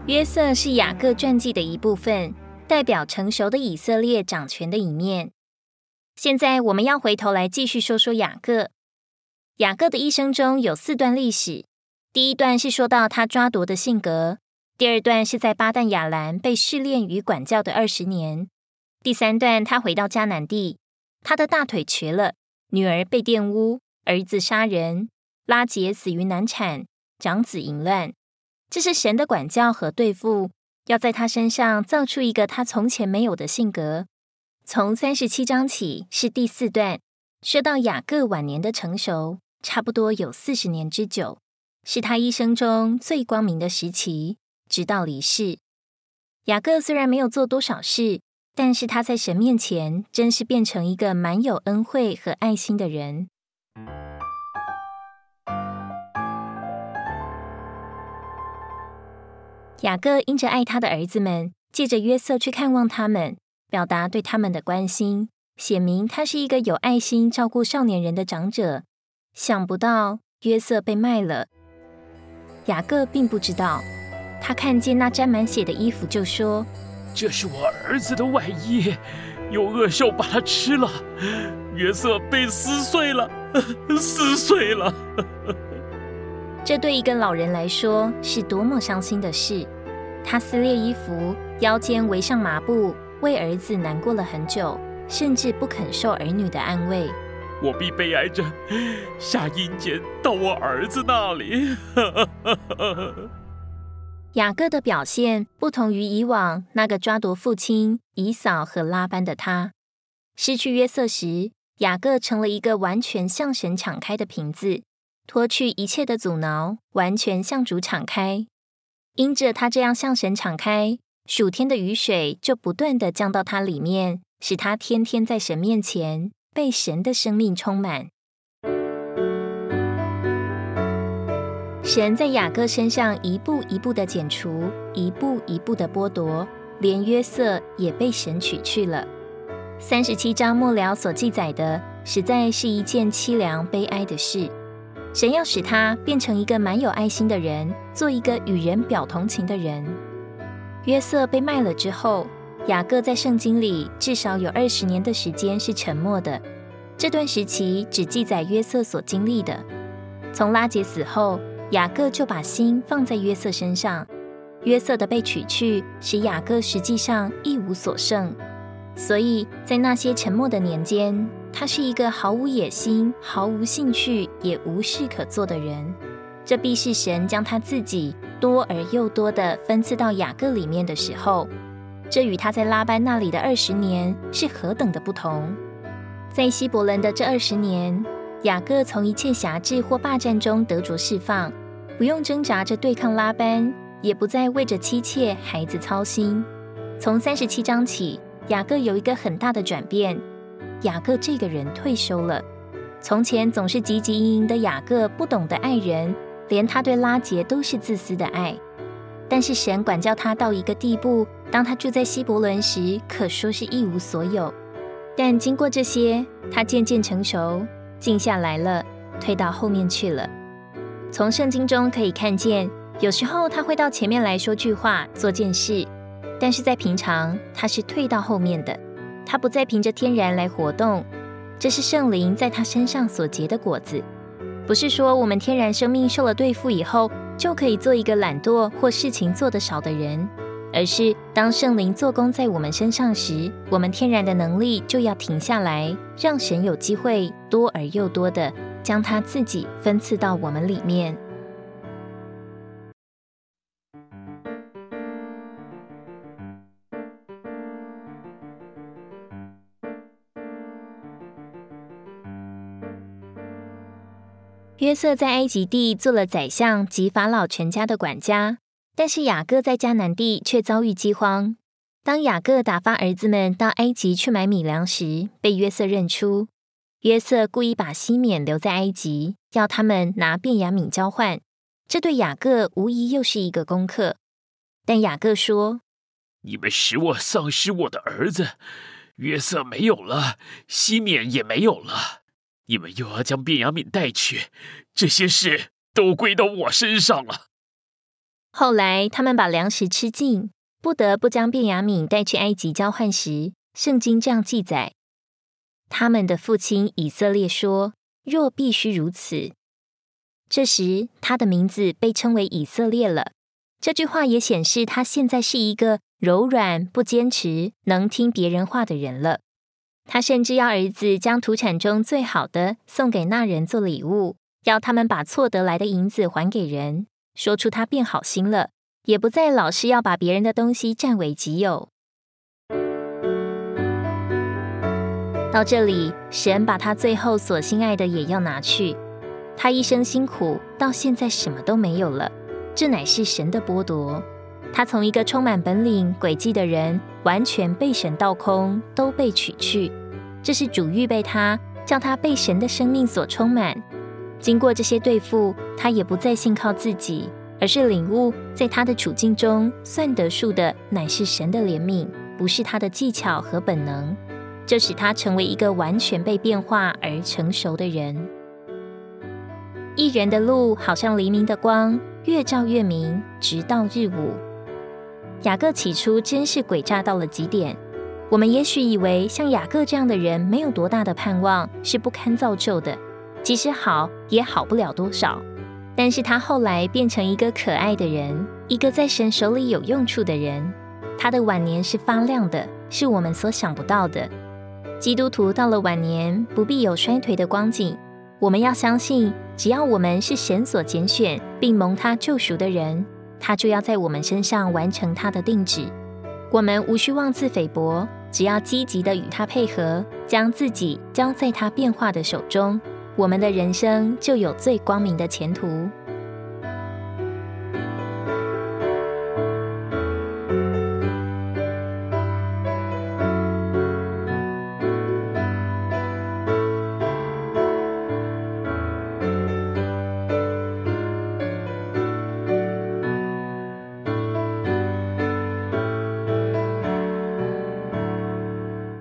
约瑟是雅各传记的一部分，代表成熟的以色列掌权的一面。现在我们要回头来继续说说雅各。雅各的一生中有4段历史，第一段是说到他抓夺的性格，第二段是在巴旦亚兰被试炼与管教的20年，第3段他回到迦南地，他的大腿瘸了，女儿被玷污，儿子杀人，拉结死于难产，长子淫乱。这是神的管教和对付，要在他身上造出一个他从前没有的性格。从37章起是第4段，说到雅各晚年的成熟，差不多有40年之久，是他一生中最光明的时期，直到离世。雅各虽然没有做多少事，但是他在神面前真是变成一个蛮有恩惠和爱心的人。雅各因着爱他的儿子们，借着约瑟去看望他们，表达对他们的关心，显明他是一个有爱心照顾少年人的长者。想不到约瑟被卖了，雅各并不知道，他看见那沾满血的衣服就说： 这是我儿子的外衣，有恶兽把它吃了，约瑟被撕碎了，撕碎了。 这对一个老人来说是多么伤心的事。他撕裂衣服，腰间围上麻布，为儿子难过了很久，甚至不肯受儿女的安慰。 我必悲哀着下阴间到我儿子那里。 雅各的表现不同于以往那个抓夺父亲以扫和拉班的他。失去约瑟时，雅各成了一个完全向神敞开的瓶子，脱去一切的阻挠，完全向主敞开。因着他这样向神敞开，属天的雨水就不断地降到他里面，使他天天在神面前被神的生命充满。神在雅各身上一步一步地剪除，一步一步地剥夺，连约瑟也被神取去了。37章末了所记载的，实在是一件凄凉悲哀的事。神要使他变成一个蛮有爱心的人，做一个与人表同情的人。约瑟被卖了之后，雅各在圣经里至少有20年的时间是沉默的，这段时期只记载约瑟所经历的。从拉结死后，雅各就把心放在约瑟身上，约瑟的被取去，使雅各实际上一无所剩。所以在那些沉默的年间，他是一个毫无野心、毫无兴趣，也无事可做的人。这必是神将他自己多而又多地分赐到雅各里面的时候，这与他在拉班那里的20年是何等的不同。在希伯伦的这20年，雅各从一切辖制或霸占中得着释放，不用挣扎着对抗拉班，也不再为着妻妾孩子操心。从37章起，雅各有一个很大的转变，雅各这个人退休了。从前总是汲汲营营的雅各不懂得爱人，连他对拉结都是自私的爱。但是神管教他到一个地步，当他住在希伯伦时，可说是一无所有。但经过这些，他渐渐成熟，静下来了，退到后面去了。从圣经中可以看见，有时候他会到前面来说句话，做件事，但是在平常他是退到后面的，他不再凭着天然来活动，这是圣灵在他身上所结的果子。不是说我们天然生命受了对付以后，就可以做一个懒惰或事情做得少的人，而是当圣灵做工在我们身上时，我们天然的能力就要停下来，让神有机会多而又多的将他自己分赐到我们里面。约瑟在埃及地做了宰相及法老全家的管家，但是雅各在迦南地却遭遇饥荒。当雅各打发儿子们到埃及去买米粮时，被约瑟认出。约瑟故意把西缅留在埃及，要他们拿便雅悯交换，这对雅各无疑又是一个功课。但雅各说： 你们使我丧失我的儿子，约瑟没有了，西缅也没有了，你们又要将便雅悯带去，这些事都归到我身上了。 后来他们把粮食吃尽，不得不将便雅悯带去埃及交换时，圣经这样记载：他们的父亲以色列说，若必须如此。这时他的名字被称为以色列了。这句话也显示他现在是一个柔软、不坚持、能听别人话的人了。他甚至要儿子将土产中最好的送给那人做礼物，要他们把错得来的银子还给人，说出他变好心了，也不再老是要把别人的东西占为己有。到这里，神把他最后所心爱的也要拿去。他一生辛苦，到现在什么都没有了，这乃是神的剥夺。他从一个充满本领、诡计的人，完全被神倒空，都被取去。这是主预备他，叫他被神的生命所充满。经过这些对付，他也不再信靠自己，而是领悟在他的处境中，算得数的乃是神的怜悯，不是他的技巧和本能。这使他成为一个完全被变化而成熟的人。义人的路好像黎明的光，越照越明，直到日午。雅各起初真是诡诈到了极点。我们也许以为像雅各这样的人没有多大的盼望，是不堪造就的，即使好也好不了多少。但是他后来变成一个可爱的人，一个在神手里有用处的人。他的晚年是发亮的，是我们所想不到的。基督徒到了晚年，不必有衰颓的光景。我们要相信，只要我们是神所拣选并蒙他救赎的人，他就要在我们身上完成他的定旨。我们无需妄自菲薄，只要积极地与他配合，将自己交在他变化的手中，我们的人生就有最光明的前途。